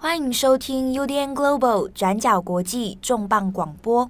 欢迎收听 UDN Global 转角国际重磅广播。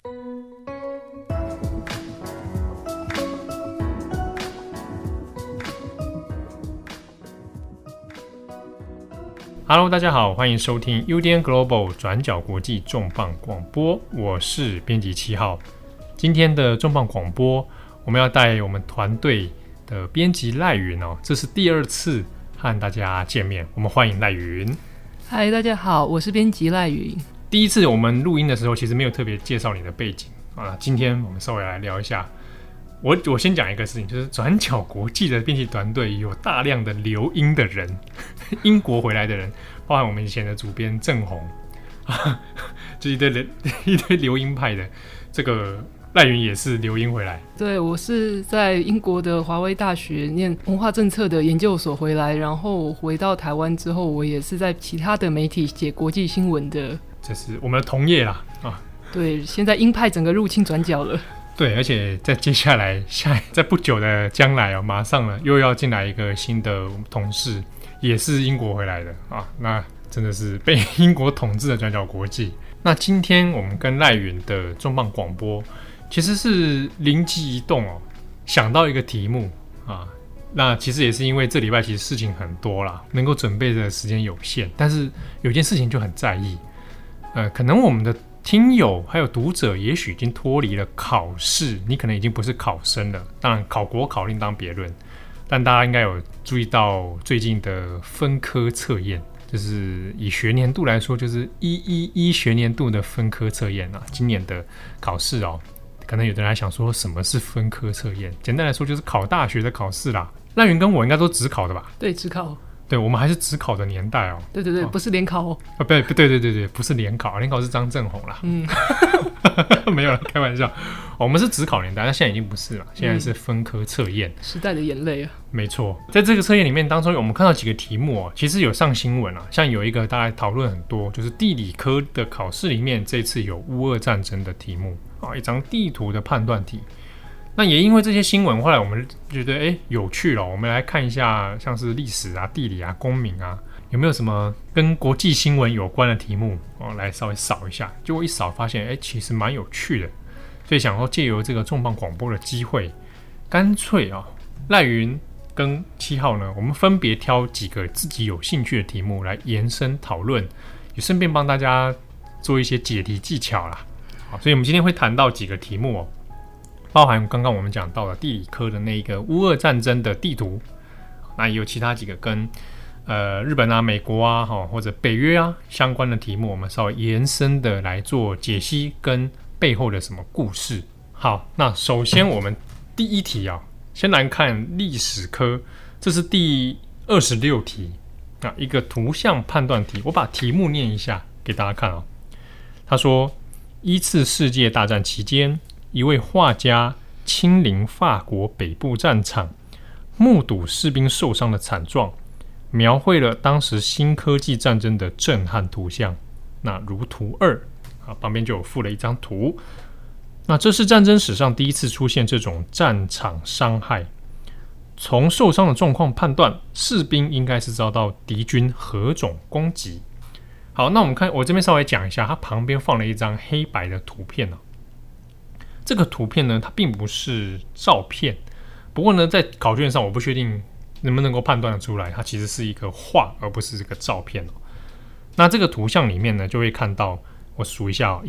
Hello， 大家好，欢迎收听 UDN Global 转角国际重磅广播，我是编辑7号。今天的重磅广播，我们要带我们团队的编辑赖云哦，这是第2次和大家见面，我们欢迎赖云。 嗨，大家好，我是编辑赖云。 第一次我们录音的时候，其实没有特别介绍你的背景啊。今天我们稍微来聊一下。我先讲一个事情，就是转角国际的编辑团队有大量的留英的人，英国回来的人，包含我们以前的主编郑红，就一堆留英派的。这个赖云也是留英回来。 对，我是在英国的华威大学念文化政策的研究所回来，然后回到台湾之后，我也是在其他的媒体写国际新闻的。 这是我们的同业啦啊。 对，现在英派整个入侵转角了。 对，而且在接下来在不久的将来哦，马上了又要进来一个新的同事，也是英国回来的啊。那真的是被英国统治的转角国际。那今天我们跟赖云的重磅广播，其实是灵机一动哦，想到一个题目啊。那其实也是因为这礼拜其实事情很多啦，能够准备的时间有限，但是有件事情就很在意，可能我们的听友还有读者也许已经脱离了考试，你可能已经不是考生了，当然考国考另当别论，但大家应该有注意到最近的分科测验，就是以学年度来说，就是111学年度的分科测验啊，今年的考试哦，可能有的人还想说什么是分科测验，简单来说就是考大学的考试啦。赖云跟我应该都指考的吧？ 对，指考。 对，我们还是指考的年代哦。 对对对，不是联考哦。 对，不是联考，联考是张正宏啦。没有了，开玩笑。我们是指考年代，但现在已经不是了，现在是分科测验。 时代的眼泪啊。 没错，在这个测验里面当中，我们看到几个题目哦，其实有上新闻啊，像有一个大家讨论很多，就是地理科的考试里面，这次有乌俄战争的题目啊，一张地图的判断题。那也因为这些新闻，后来我们觉得有趣了，我们来看一下像是历史啊、地理啊、公民啊，有没有什么跟国际新闻有关的题目哦，来稍微扫一下。结果一扫发现，其实蛮有趣的，所以想说借由这个重磅广播的机会，干脆啊，赖云跟7号呢，我们分别挑几个自己有兴趣的题目来延伸讨论，也顺便帮大家做一些解题技巧啦。好，所以我们今天会谈到几个题目哦。包含刚刚我们讲到的地理科的那个乌俄战争的地图，那也有其他几个跟日本啊、美国啊或者北约啊相关的题目，我们稍微延伸的来做解析跟背后的什么故事。好，那首先我们第一题啊，先来看历史科，这是第26题啊，一个图像判断题。我把题目念一下给大家看啊。他说，1次世界大战期间，一位画家亲临法国北部战场，目睹士兵受伤的惨状，描绘了当时新科技战争的震撼图像。那如图2啊，旁边就有附了一张图。那这是战争史上第一次出现这种战场伤害。从受伤的状况判断，士兵应该是遭到敌军何种攻击。好，那我们看，我这边稍微讲一下，它旁边放了一张黑白的图片啊。这个图片呢，它并不是照片，不过呢，在考卷上我不确定能不能够判断得出来，它其实是一个画，而不是这个照片哦。那这个图像里面呢，就会看到，我数一下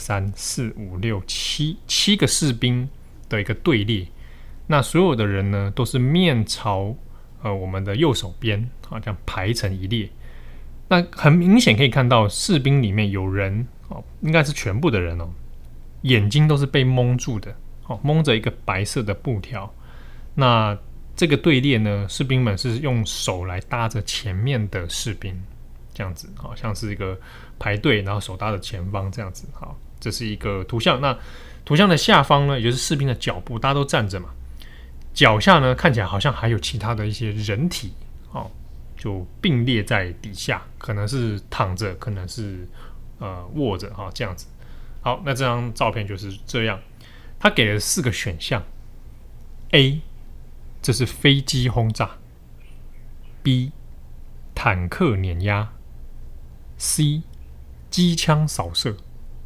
1、2、3、4、5、6、7个士兵的一个队列。那所有的人呢，都是面朝我们的右手边啊，这样排成一列。那很明显可以看到，士兵里面有人哦，应该是全部的人哦。眼睛都是被蒙住的，蒙着一个白色的布条。那这个队列呢，士兵们是用手来搭着前面的士兵，这样子，好像是一个排队，然后手搭着前方这样子。好，这是一个图像。那图像的下方呢，也就是士兵的脚步，大家都站着嘛，脚下呢看起来好像还有其他的一些人体，就并列在底下，可能是躺着，可能是卧着，这样子。好，那这张照片就是这样。他给了4个选项 ：A， 这是飞机轰炸；B， 坦克碾压 C. 机枪扫射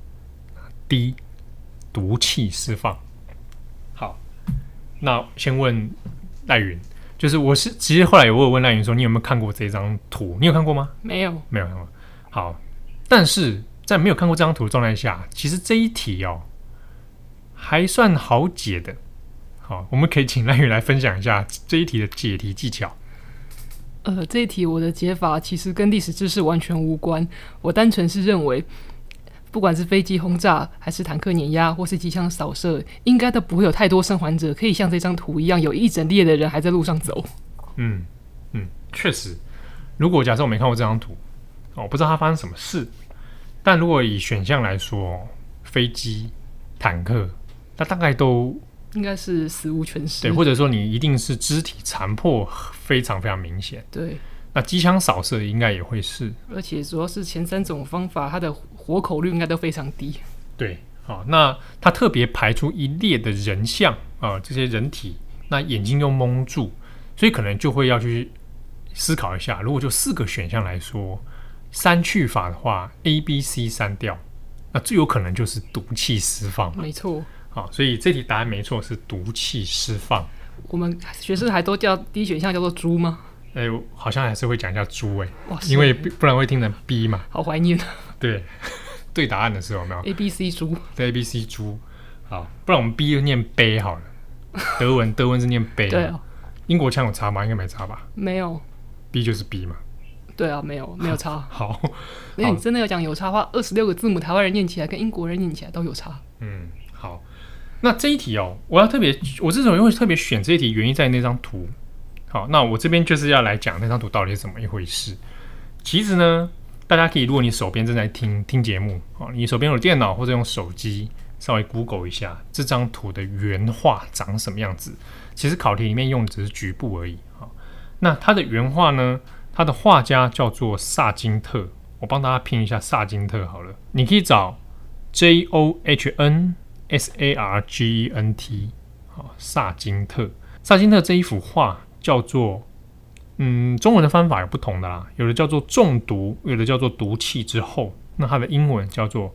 D. 毒气释放。好，那先问赖云，就是其实后来我有问赖云说，你有没有看过这张图？你有看过吗？ 没有， 没有看过。好，但是在没有看过这张图的状态下，其实这一题还算好解的。好，我们可以请赖云来分享一下这一题的解题技巧。 这一题我的解法其实跟历史知识完全无关，我单纯是认为，不管是飞机轰炸，还是坦克碾压，或是机枪扫射，应该都不会有太多生还者可以像这张图一样，有一整列的人还在路上走。 确实，如果假设我没看过这张图，我不知道它发生什么事，但如果以选项来说，飞机、坦克，那大概都应该是死无全尸， 对，或者说你一定是肢体残破非常非常明显。 对， 那机枪扫射应该也会是， 而且主要是前3种方法，它的活口率应该都非常低。 对，好，那它特别排出一列的人像这些人体，那眼睛又蒙住，所以可能就会要去思考一下，如果就4个选项来说，删去法的话 ，A、B、C 删掉，那最有可能就是毒气释放。 没错。 好，所以这题答案没错，是毒气释放。 我们学士还都叫第一选项叫做猪吗？ 好像还是会讲一下猪哇， 因为不然会听成 B 嘛。 好怀念。 对，对答案的时候有没有 ？A、B、C 猪。 对 A、B、C 猪。好，不然我们 B 就念杯好了。德文是念杯。 对啊。 英国腔有差吗？应该没差吧？ 没有。 B 就是 B 嘛。 对啊，没有差。 好， 因为你真的要讲有差的话，26个字母台湾人念起来跟英国人念起来都有差。 好。那这一题我之所以会特别选这一题，原因在那张图。好，那我这边就是要来讲那张图到底是怎么一回事。其实呢，大家可以，如果你手边正在听节目，你手边有电脑或者用手机，稍微 Google 一下这张图的原画长什么样子。其实考题里面用的只是局部而已。那它的原画呢，它的画家叫做萨金特，我帮大家拼一下萨金特好了，你可以找 JOHN SARGENT 萨金特。萨金特这一幅画叫做中文的翻法有不同的啦，有的叫做中毒，有的叫做毒气之后，那它的英文叫做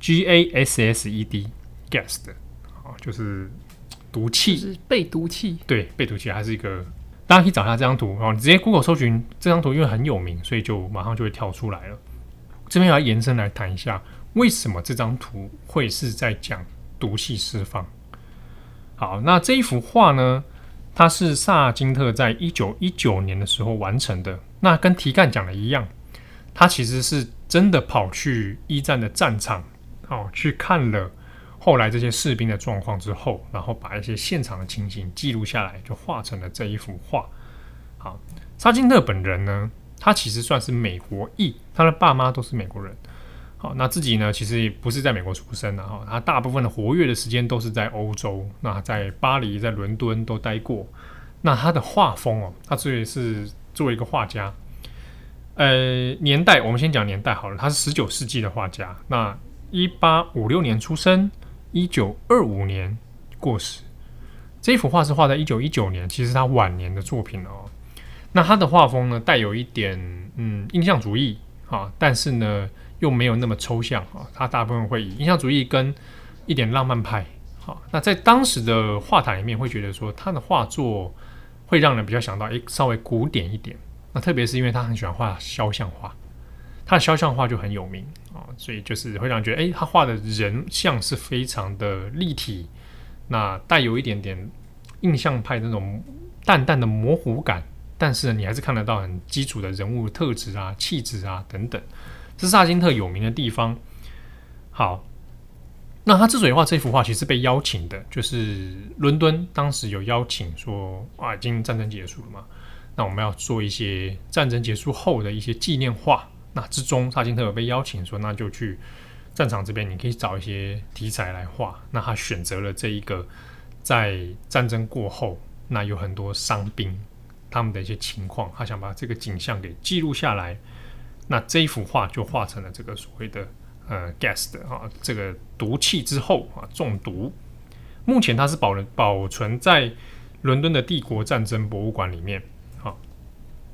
GASSED gassed 就是毒气， 就是被毒气。 对，被毒气，还是一个大家可以找一下这张图你直接 Google 搜寻这张图，因为很有名，所以就马上就会跳出来了。这边要延伸来谈一下，为什么这张图会是在讲毒气释放。好，那这一幅画呢，它是萨金特在1919年的时候完成的。那跟题干讲的一样，他其实是真的跑去一战的战场去看了后来这些士兵的状况之后，然后把一些现场的情形记录下来，就画成了这一幅画。好，萨金特本人呢，他其实算是美国裔，他的爸妈都是美国人。好，那自己呢，其实也不是在美国出生的他大部分的活跃的时间都是在欧洲，那在巴黎、在伦敦都待过。那他的画风他这也是作为一个画家，年代我们先讲年代好了，他是19世纪的画家。那1856年出生，1925年过世。这一幅画是画在1919年，其实是他晚年的作品了那他的画风呢，带有一点印象主义但是呢又没有那么抽象他大部分会以印象主义跟一点浪漫派那在当时的画坛里面会觉得说他的画作会让人比较想到稍微古典一点。那特别是因为他很喜欢画肖像画，他的肖像画就很有名所以就是会让人觉得他画的人像是非常的立体，那带有一点点印象派那种淡淡的模糊感，但是你还是看得到很基础的人物特质气质等等，这是萨金特有名的地方。好，那他之所以画这幅画，其实被邀请的就是伦敦当时有邀请说已经战争结束了嘛，那我们要做一些战争结束后的一些纪念画。那之中萨金特有被邀请说，那就去战场这边你可以找一些题材来画。那他选择了这一个在战争过后，那有很多伤兵他们的一些情况，他想把这个景象给记录下来。那这一幅画就画成了这个所谓的gas 的这个毒气之后中毒。目前它是保存在伦敦的帝国战争博物馆里面。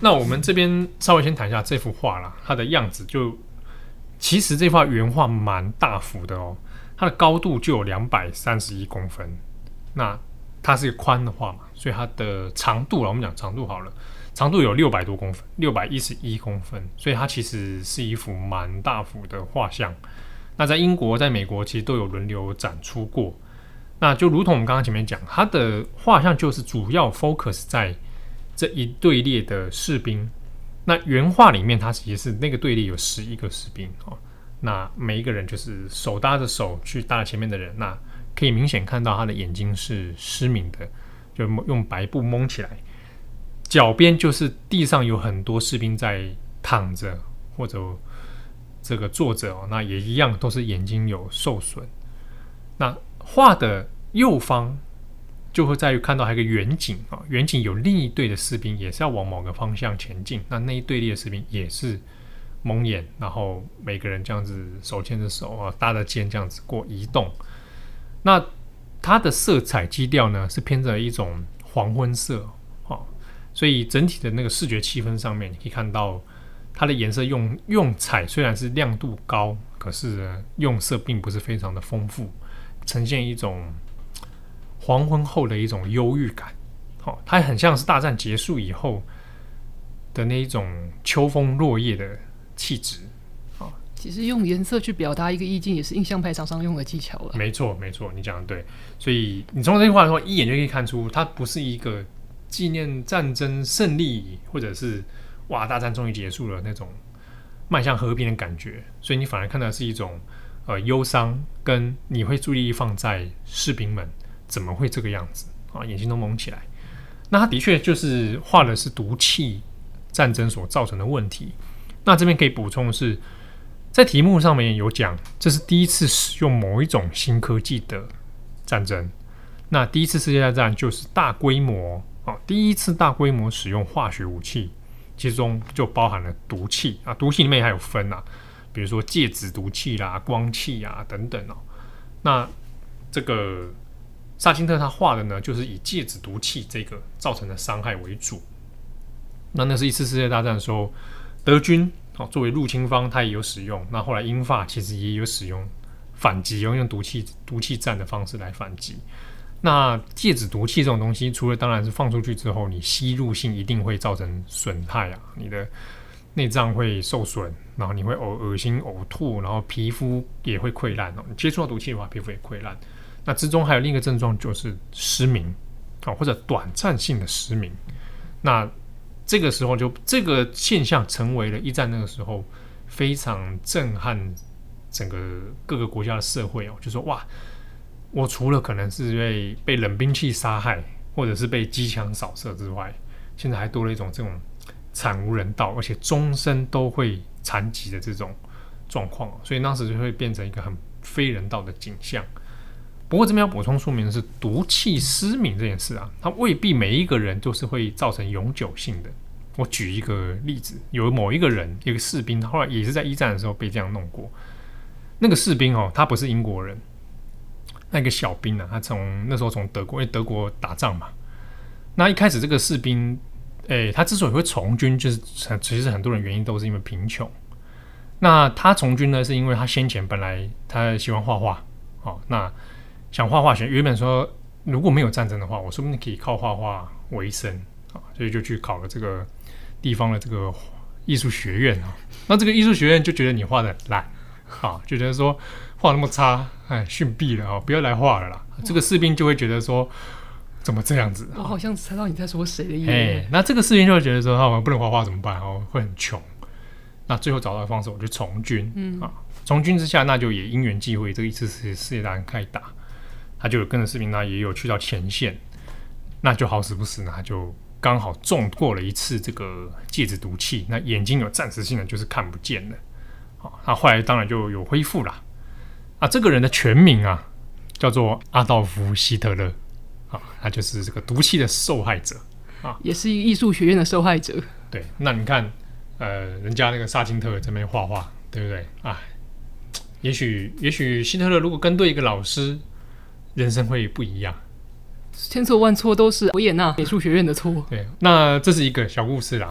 那我们这边稍微先谈一下这幅画啦，它的样子其实这幅画原画蛮大幅的哦，它的高度就有231公分。那它是一个宽的画嘛，所以它的长度我们讲长度好了，长度有600多公分，611公分，所以它其实是一幅蛮大幅的画像。那在英国、在美国其实都有轮流展出过。那就如同我们刚刚前面讲，它的画像就是主要 focus 在这一队列的士兵。那原画里面，它其实是那个队列有11个士兵哦。那每一个人就是手搭着手去搭前面的人，那可以明显看到他的眼睛是失明的，就用白布蒙起来。脚边就是地上有很多士兵在躺着或者这个坐着哦，那也一样都是眼睛有受损。那画的右方就会再看到还有一个远景啊，远景有另一队的士兵也是要往某个方向前进，那一队列的士兵也是蒙眼，然后每个人这样子手牵着手啊，搭着肩这样子过移动。那它的色彩基调呢是偏着一种黄昏色啊，所以整体的那个视觉气氛上面，你可以看到它的颜色用彩虽然是亮度高，可是呢用色并不是非常的丰富，呈现一种黄昏后的一种忧郁感。它很像是大战结束以后的那一种秋风落叶的气质。 其实用颜色去表达一个意境，也是印象派常常用的技巧了。 没错，没错，你讲的对。所以你从这句话的话，一眼就可以看出，它不是一个纪念战争胜利，或者是哇大战终于结束了那种迈向和平的感觉。所以你反而看到的是一种忧伤，跟你会注意力放在士兵们怎么会这个样子啊，眼睛都蒙起来。那它的确就是画的是毒气战争所造成的问题。那这边可以补充的是，在题目上面有讲，这是第一次使用某一种新科技的战争。那第一次世界大战就是大规模第一次大规模使用化学武器，其中就包含了毒气啊，毒气里面还有分啊，比如说介子毒气啦、光气啊等等哦。那这个萨钦特他画的呢，就是以介子毒气这个造成的伤害为主。那是一次世界大战的时候，德军作为入侵方，他也有使用。那后来英法其实也有使用反击，用毒气战的方式来反击。那介子毒气这种东西，除了当然是放出去之后，你吸入性一定会造成损害啊，你的内脏会受损，然后你会恶心呕吐，然后皮肤也会溃烂你接触到毒气的话，皮肤也溃烂。那之中还有另一个症状就是失明或者短暂性的失明。那这个时候就这个现象成为了一战那个时候非常震撼整个各个国家的社会就说哇，我除了可能是被冷兵器杀害，或者是被机枪扫射之外，现在还多了一种这种惨无人道，而且终身都会残疾的这种状况，所以当时就会变成一个很非人道的景象。不过这边要补充说明的是，毒气失明这件事它未必每一个人都是会造成永久性的。我举一个例子，有某一个人，一个士兵，后来也是在一战的时候被这样弄过。那个士兵他不是英国人，那个小兵他那时候从德国，因为德国打仗嘛。那一开始这个士兵，他之所以会从军，就是其实很多人原因都是因为贫穷。那他从军呢，是因为他先前本来他喜欢画画，那想画画，原本说如果没有战争的话，我说不定可以靠画画为生所以就去考了这个地方的这个艺术学院那这个艺术学院就觉得你画的烂就觉得说画那么差，逊毙了不要来画了啦。这个士兵就会觉得说怎么这样子？ 我好像猜到你在说谁的意思。 那这个士兵就会觉得说我不能画画怎么办会很穷。那最后找到的方式，我就从军从军之下，那就也因缘际会，这个一次世界大战开始打，他就有跟着士兵，他也有去到前线，那就好死不死呢，他就刚好中过了一次这个介子毒气，那眼睛有暂时性的就是看不见了那后来当然就有恢复了这个人的全名叫做阿道夫·希特勒他就是这个毒气的受害者也是艺术学院的受害者。 对，那你看人家那个萨钦特这边画画，对不对也许希特勒如果跟对一个老师，人生会不一样。 千错万错都是维也纳美术学院的错。 对，那这是一个小故事啦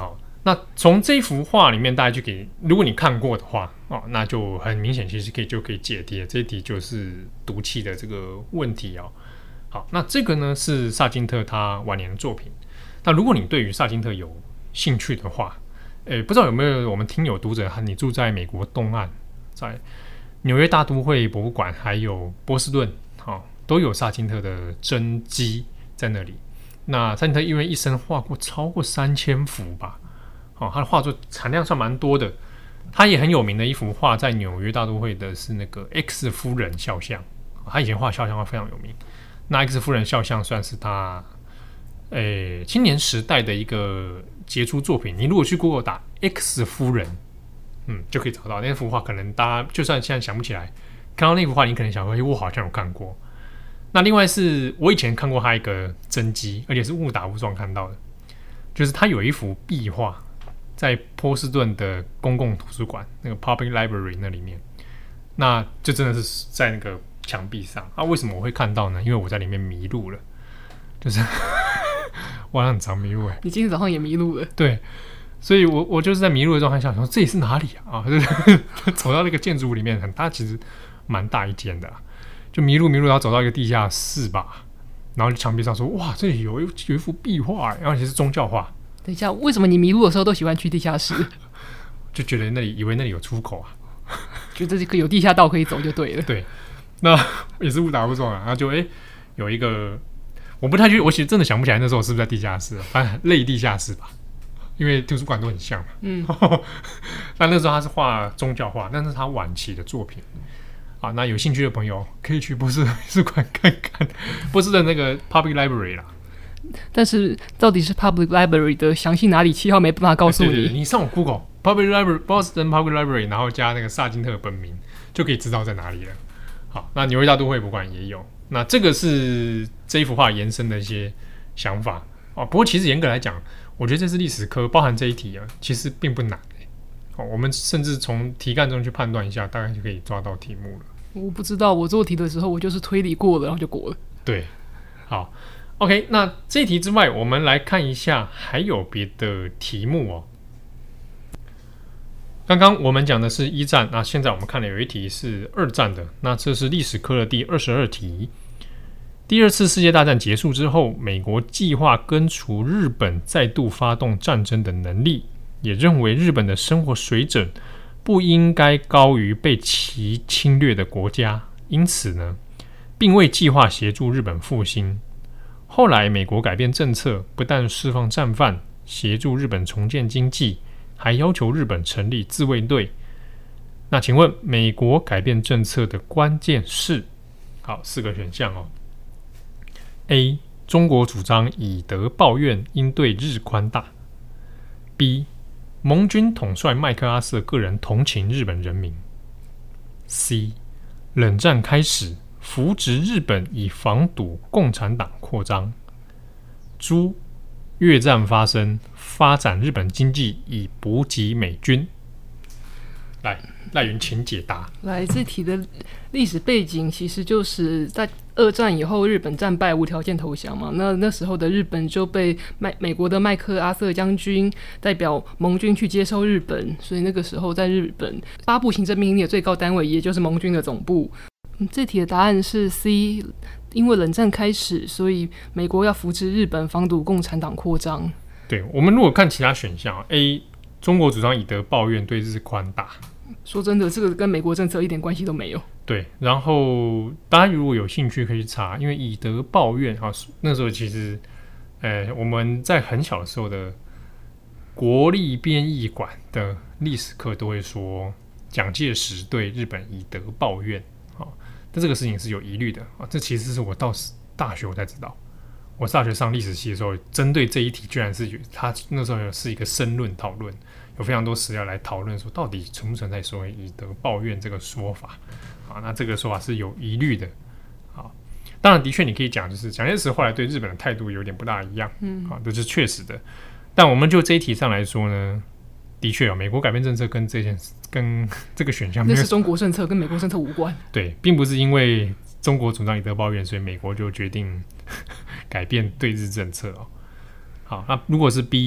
那从这幅画里面，大家就可以，如果你看过的话那就很明显，其实就可以解题。这一题就是毒气的这个问题哦。好，那这个呢是萨金特他晚年的作品。那如果你对于萨金特有兴趣的话，不知道有没有我们听友读者，你住在美国东岸，在纽约大都会博物馆，还有波士顿，都有萨金特的真迹在那里。那萨金特因为一生画过超过3000幅吧，他的画作产量算蛮多的。他也很有名的一幅画，在纽约大都会的是那个 X 夫人肖像，他以前画肖像画非常有名。那 X 夫人肖像算是他青年时代的一个杰出作品。你如果去 Google 打 X 夫人，就可以找到那幅画。可能大家就算现在想不起来，看到那幅画，你可能想说，我好像有看过。那另外是我以前看过他一个真迹，而且是误打误撞看到的，就是他有一幅壁画，在波士顿的公共图书馆那个 Public Library 那里面，那就真的是在那个墙壁上。为什么我会看到呢？因为我在里面迷路了，就是我很常迷路你今天早上也迷路了？ 对，所以我就是在迷路的状态下说，这里是哪里啊？就是走到那个建筑物里面，它其实蛮大一间的，就迷路，然后走到一个地下室吧，然后墙壁上说，哇，这里有一幅壁画，然后其实是宗教画。 等一下，为什么你迷路的时候都喜欢去地下室？ 就觉得以为那里有出口啊， 觉得有地下道可以走就对了。 对，那也是误打误撞然后就有一个，我不太确定，我其实真的想不起来那时候是不是在地下室，反正类地下室吧，因为图书馆都很像嘛。但那时候他是画宗教画，但是他晚期的作品那有兴趣的朋友可以去波士顿美术馆看看，波士顿那个 Public Library 啦。 但是到底是 Public Library 的详细哪里7号没办法告诉你。 对，你上网 Google Public Library Boston Public Library， 然后加那个萨金特本名，就可以知道在哪里了。好，那纽约大都会博物馆也有。那这个是这一幅画延伸的一些想法不过其实严格来讲，我觉得这是历史科包含这一题其实并不难我们甚至从题干中去判断一下，大概就可以抓到题目了。 我不知道，我做题的时候我就是推理过了，然后就过了。 对，好。OK， 那这一题之外，我们来看一下还有别的题目刚刚我们讲的是1战，那现在我们看的有一题是2战的，那这是历史科的第22题。第2次世界大战结束之后，美国计划根除日本再度发动战争的能力，也认为日本的生活水准不应该高于被其侵略的国家，因此呢，并未计划协助日本复兴。后来美国改变政策，不但释放战犯，协助日本重建经济，还要求日本成立自卫队。那请问美国改变政策的关键是？好，4个选项A. 中国主张以德报怨，应对日宽大。B. 盟军统帅麦克阿瑟个人同情日本人民。C. 冷战开始，扶植日本以防堵共产党扩张。猪，越战发生，发展日本经济以补给美军。来，赖云请解答。 来，这题的历史背景其实就是在2战以后，日本战败无条件投降嘛。那时候的日本就被美国的麦克阿瑟将军代表盟军去接收日本，所以那个时候在日本发布行政命令的最高单位，也就是盟军的总部。这题的答案是 C， 因为冷战开始，所以美国要扶持日本，防堵共产党扩张。对， 我们如果看其他选项 A， 中国主张以德报怨，对日宽大。 说真的，这个跟美国政策一点关系都没有。 对，然后大家如果有兴趣可以去查，因为以德报怨那时候其实我们在很小的时候的国立编译馆的历史课都会说蒋介石对日本以德报怨但这个事情是有疑虑的这其实是我到大学我才知道。我大学上历史系的时候，针对这一题居然是他那时候是一个申论讨论，有非常多史料来讨论说到底存不存在所谓以德报怨这个说法那这个说法是有疑虑的当然的确你可以讲就是蒋介石后来对日本的态度有点不大一样这是确实的。但我们就这一题上来说呢，的确美国改变政策跟这个选项没有， 那是中国政策，跟美国政策无关。 对，并不是因为中国主张以德报怨，所以美国就决定改变对日政策好，那如果是 B，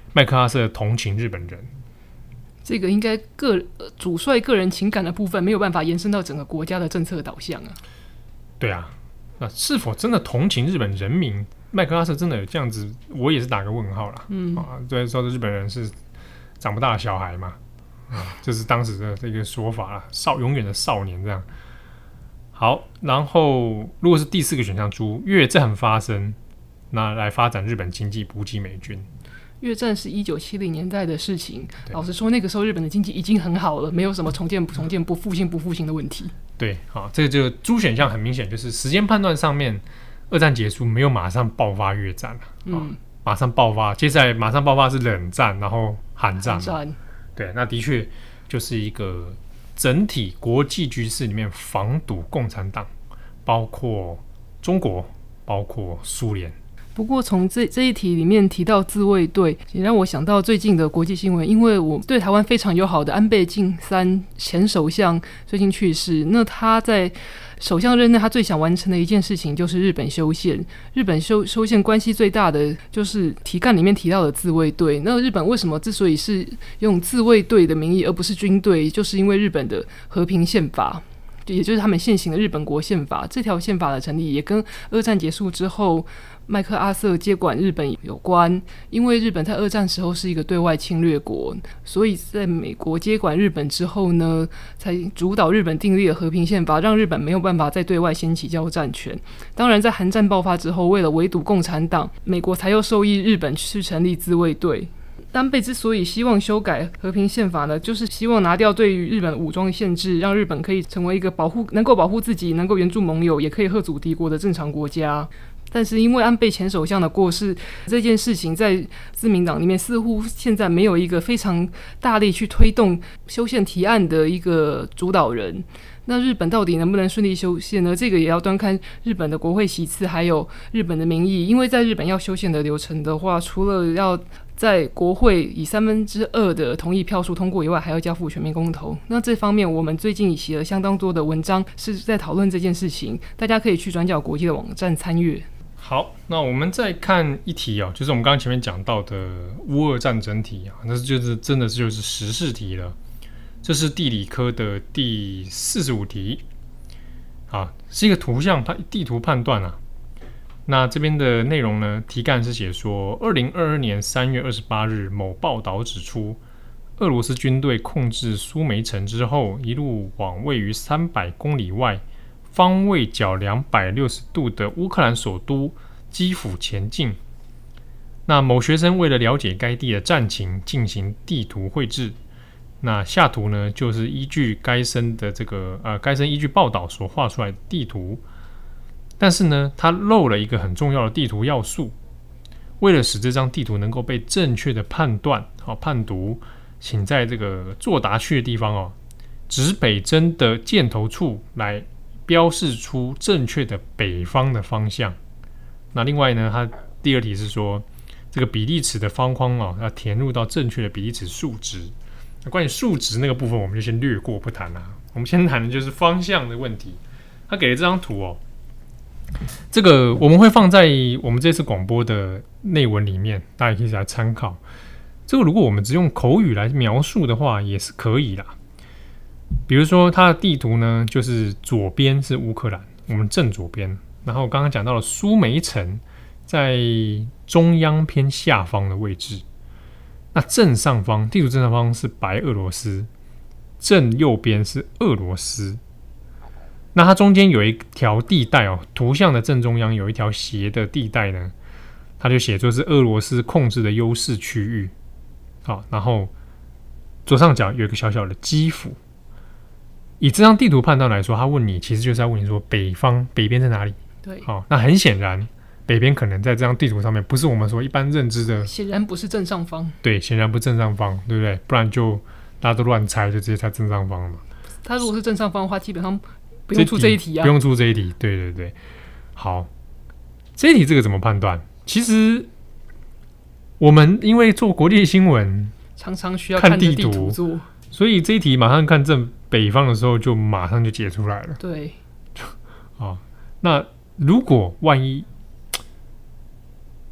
麦克阿瑟同情日本人。 这个应该主帅个人情感的部分没有办法延伸到整个国家的政策导向啊。 对啊，那是否真的同情日本人民？麦克阿瑟真的有这样子，我也是打个问号啦。对，说的日本人是长不大的小孩嘛，这是当时的这个说法啦，永远的少年这样。好，然后如果是第4个选项猪，越战发生，那来发展日本经济，补给美军。 越战是1970年代的事情，老实说，那个时候日本的经济已经很好了，没有什么重建不重建、不复兴的问题。对， 好，这个就猪选项很明显，就是时间判断上面，二战结束没有马上爆发越战马上爆发，接下来马上爆发是冷战，然后韩战。对，那的确就是一个整体国际局势里面防堵共产党，包括中国，包括苏联。 不过从这一题里面提到自卫队，也让我想到最近的国际新闻，因为我对台湾非常友好的安倍晋三前首相最近去世，那他在首相任内，他最想完成的一件事情就是日本修宪。日本修宪关系最大的就是题干里面提到的自卫队。那日本为什么之所以是用自卫队的名义而不是军队，就是因为日本的和平宪法，也就是他们现行的日本国宪法。这条宪法的成立也跟二战结束之后麦克阿瑟接管日本有关，因为日本在二战时候是一个对外侵略国，所以在美国接管日本之后呢，才主导日本订立了和平宪法，让日本没有办法再对外掀起交战权。当然在韩战爆发之后，为了围堵共产党，美国才又授意日本去成立自卫队。安倍之所以希望修改和平宪法呢，就是希望拿掉对于日本武装的限制，让日本可以成为一个能够保护自己、能够援助盟友，也可以吓阻敌国的正常国家。但是因为安倍前首相的过世，这件事情在自民党里面似乎现在没有一个非常大力去推动修宪提案的一个主导人。那日本到底能不能顺利修宪呢？这个也要端看日本的国会席次还有日本的民意，因为在日本要修宪的流程的话，除了要在国会以2/3的同意票数通过以外，还要交付全民公投。那这方面我们最近写了相当多的文章是在讨论这件事情，大家可以去转角国际的网站参阅。 好，那我们再看一题就是我们刚刚前面讲到的乌俄战争题那就是真的就是时事题了。这是地理科的第45题是一个图像地图判断那这边的内容呢，题干是写说2022年3月28日某报道指出，俄罗斯军队控制苏梅城之后，一路往位于300公里外方位角260度的乌克兰首都基辅前进。那某学生为了了解该地的战情进行地图绘制，那下图呢就是依据该生依据报道所画出来的地图，但是呢他漏了一个很重要的地图要素。为了使这张地图能够被正确的判读，请在这个作答区的地方指北针的箭头处来标示出正确的北方的方向。那另外呢，它第二题是说这个比例尺的方框要填入到正确的比例尺数值。那关于数值那个部分我们就先略过不谈我们先谈的就是方向的问题。他给了这张图这个我们会放在我们这次广播的内文里面，大家可以来参考。这个如果我们只用口语来描述的话也是可以啦。比如说它的地图呢，就是左边是乌克兰，我们正左边，然后刚刚讲到了苏梅城在中央偏下方的位置，那正上方地图正上方是白俄罗斯，正右边是俄罗斯。那它中间有一条地带图像的正中央有一条斜的地带呢，它就写作是俄罗斯控制的优势区域。然后左上角有一个小小的基辅。以这张地图判断来说，他问你其实就是要问你说北边在哪里？ 对， 那很显然北边可能在这张地图上面不是我们说一般认知的， 显然不是正上方。 对，显然不是正上方，对不对？不然就大家都乱猜，就直接猜正上方了嘛。 他如果是正上方的话，基本上不用出这一题不用出这一题。对对对，好，这一题这个怎么判断？其实我们因为做国际新闻常常需要看地图做， 所以这一题马上看正北方的时候就马上就解出来了。 对那如果万一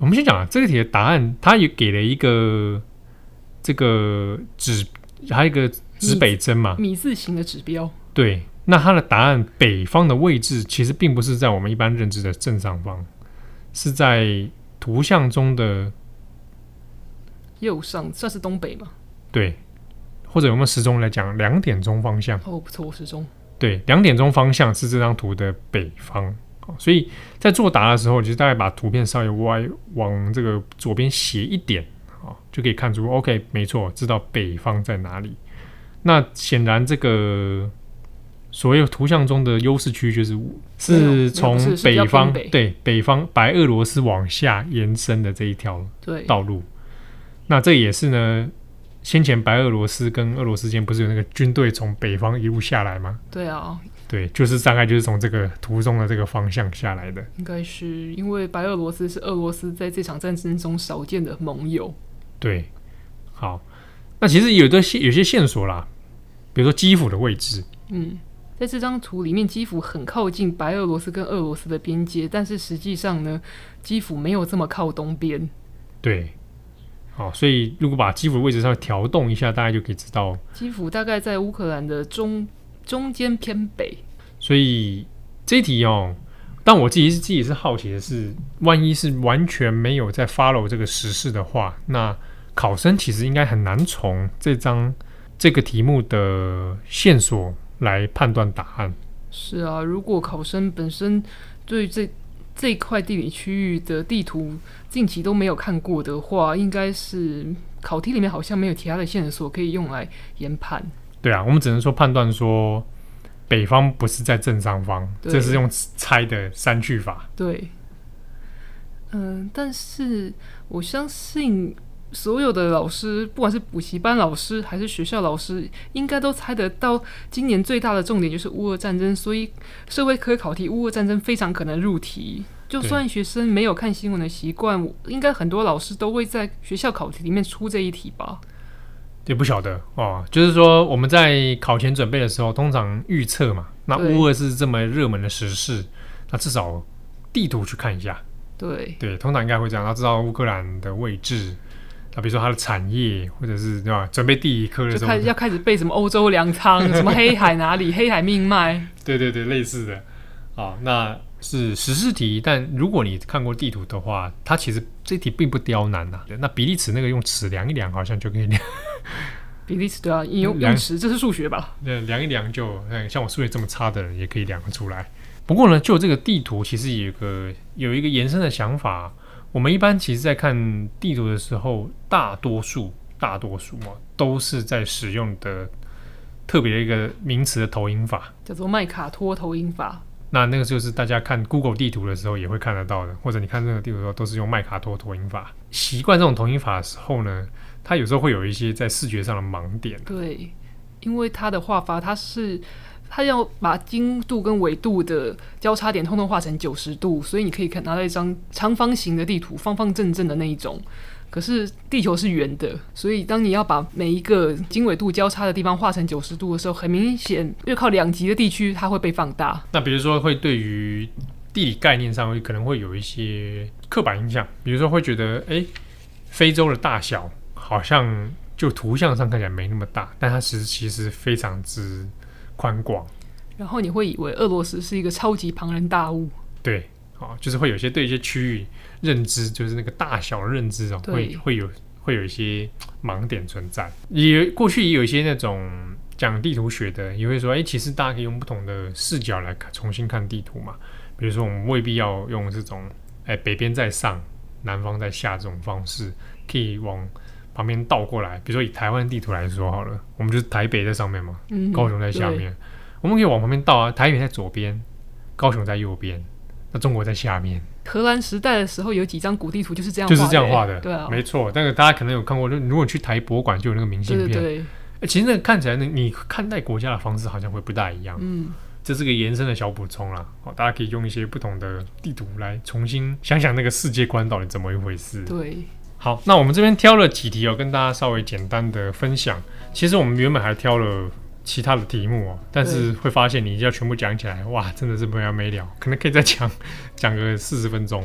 我们先讲这个题的答案，它也给了一个这个还有一个指北针嘛， 米字形的指标。 对，那它的答案北方的位置其实并不是在我们一般认知的正上方，是在图像中的右上，算是东北嘛？ 对，或者我们时钟来讲2点钟方向。 哦，不错，时钟。 对，2点钟方向是这张图的北方。所以在作答的时候，就大概把图片稍微往这个左边斜一点，就可以看出 OK， 没错，知道北方在哪里。那显然这个所谓图像中的优势区是从北方，对，北方白俄罗斯往下延伸的这一条道路。那这也是呢，先前白俄罗斯跟俄罗斯间不是有那个军队从北方一路下来吗？ 对啊， 对，就是大概就是从这个图中的这个方向下来的。 应该是因为白俄罗斯是俄罗斯在这场战争中少见的盟友。 对，好，那其实有些线索啦，比如说基辅的位置。 在这张图里面，基辅很靠近白俄罗斯跟俄罗斯的边界，但是实际上呢，基辅没有这么靠东边。 对，好，所以如果把基辅的位置稍微调动一下，大概就可以知道， 基辅大概在乌克兰的中间偏北。 所以这一题但我自己是好奇的是，万一是完全没有在 follow 这个时事的话，那考生其实应该很难从这个题目的线索来判断答案。 是啊，如果考生本身对这一块地理区域的地图近期都没有看过的话，应该是考题里面好像没有其他的线索可以用来研判。 对啊，我们只能说判断说北方不是在正上方，这是用猜的删去法。 对，但是我相信所有的老师，不管是补习班老师还是学校老师，应该都猜得到今年最大的重点就是乌俄战争，所以社会科考题乌俄战争非常可能入题。就算学生没有看新闻的习惯，应该很多老师都会在学校考题里面出这一题吧。 也不晓得就是说我们在考前准备的时候，通常预测嘛，那乌俄是这么热门的时事，那至少地图去看一下。对，通常应该会这样，要知道乌克兰的位置，比如说它的产业，或者是对吧？准备地理课的时候， 要开始背什么欧洲粮仓，什么黑海哪里，黑海命脉。 对，类似的。那是时事题，但如果你看过地图的话，它其实这题并不刁难呐。那比例尺那个用尺量一量，好像就可以量。 比例尺对啊，用尺，这是数学吧？ 对，量一量就像我数学这么差的人也可以量得出来。不过呢，就这个地图其实有一个延伸的想法。我们一般其实在看地图的时候，大多数都是在使用的特别一个名词的投影法， 叫做麦卡托投影法。 那个就是大家看 Google 地图的时候也会看得到的，或者你看任何地图的时候都是用麦卡托投影法。习惯这种投影法的时候呢，它有时候会有一些在视觉上的盲点。 对，因为它的画法，它要把经度跟纬度的交叉点通通画成90度，所以你可以拿到一张长方形的地图，方方正正的那一种。可是地球是圆的，所以当你要把每一个经纬度交叉的地方画成90度的时候，很明显越靠两极的地区它会被放大。 那比如说会对于地理概念上可能会有一些刻板印象，比如说会觉得非洲的大小好像就图像上看起来没那么大，但它其实非常之宽广，然后你会以为俄罗斯是一个超级庞然大物。 对，就是会有些对一些区域认知，就是那个大小的认知会有一些盲点存在。过去也有一些那种讲地图学的，也会说，其实大家可以用不同的视角来重新看地图嘛。比如说，我们未必要用这种，北边在上，南方在下这种方式，可以往旁边倒过来。比如说以台湾地图来说好了，我们就是台北在上面嘛，高雄在下面，我们可以往旁边倒啊，台北在左边，高雄在右边。那中国在下面。 荷兰时代的时候有几张古地图就是这样画的， 对啊，没错。那个大家可能有看过，就如果去台博馆就有那个明信片。 对， 其实那个看起来你看待国家的方式好像会不大一样。这是个延伸的小补充啦。大家可以用一些不同的地图来重新想想那个世界观到底怎么一回事。 对， 好，那我们这边挑了几题跟大家稍微简单的分享。其实我们原本还挑了其他的题目但是会发现你要全部讲起来，哇，真的是没完没了，可能可以再讲个40分钟。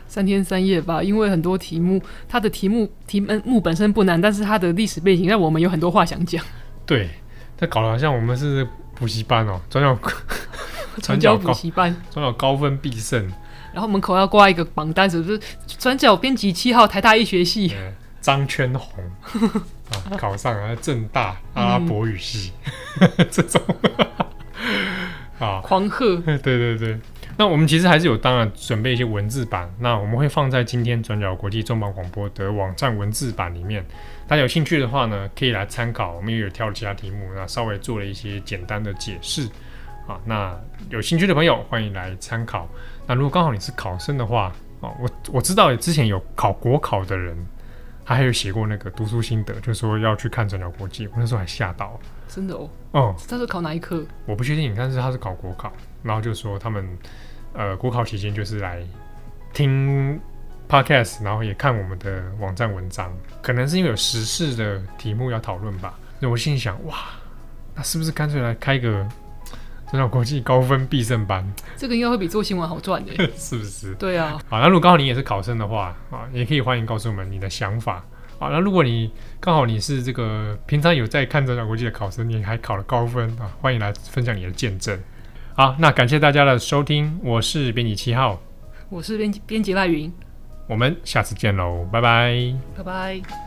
3天3夜吧，因为很多题目，它的题目本身不难，但是它的历史背景让我们有很多话想讲。 对，这搞得好像我们是补习班哦， 转角补习班， 转角高分必胜。 然后门口要挂一个榜单，是不是？转角编辑7号，台大医学系， 张圈红考上了政大阿拉伯语系，这种狂贺。 对对对。那我们其实还是有当然准备一些文字版，那我们会放在今天转角国际重磅广播的网站文字版里面，大家有兴趣的话呢，可以来参考。我们也有挑了其他题目，那稍微做了一些简单的解释那有兴趣的朋友欢迎来参考。那如果刚好你是考生的话我知道之前有考国考的人，他还有写过那个读书心得，就是说要去看转角国际，我那时候还吓到。 真的哦。他是考哪一科？ 我不确定，但是他是考国考，然后就说他们国考期间就是来听 podcast， 然后也看我们的网站文章，可能是因为有时事的题目要讨论吧。所以我心里想，哇，那是不是干脆来开个转角国际高分必胜班？ 这个应该会比做新闻好赚的是不是？ 对啊。 好，那如果刚好你也是考生的话也可以欢迎告诉我们你的想法。好，那如果你刚好你是这个平常有在看转角国际的考生，你还考了高分欢迎来分享你的见证。好，那感谢大家的收听，我是编辑7号， 我是编辑赖云， 我们下次见喽，拜拜， 拜拜。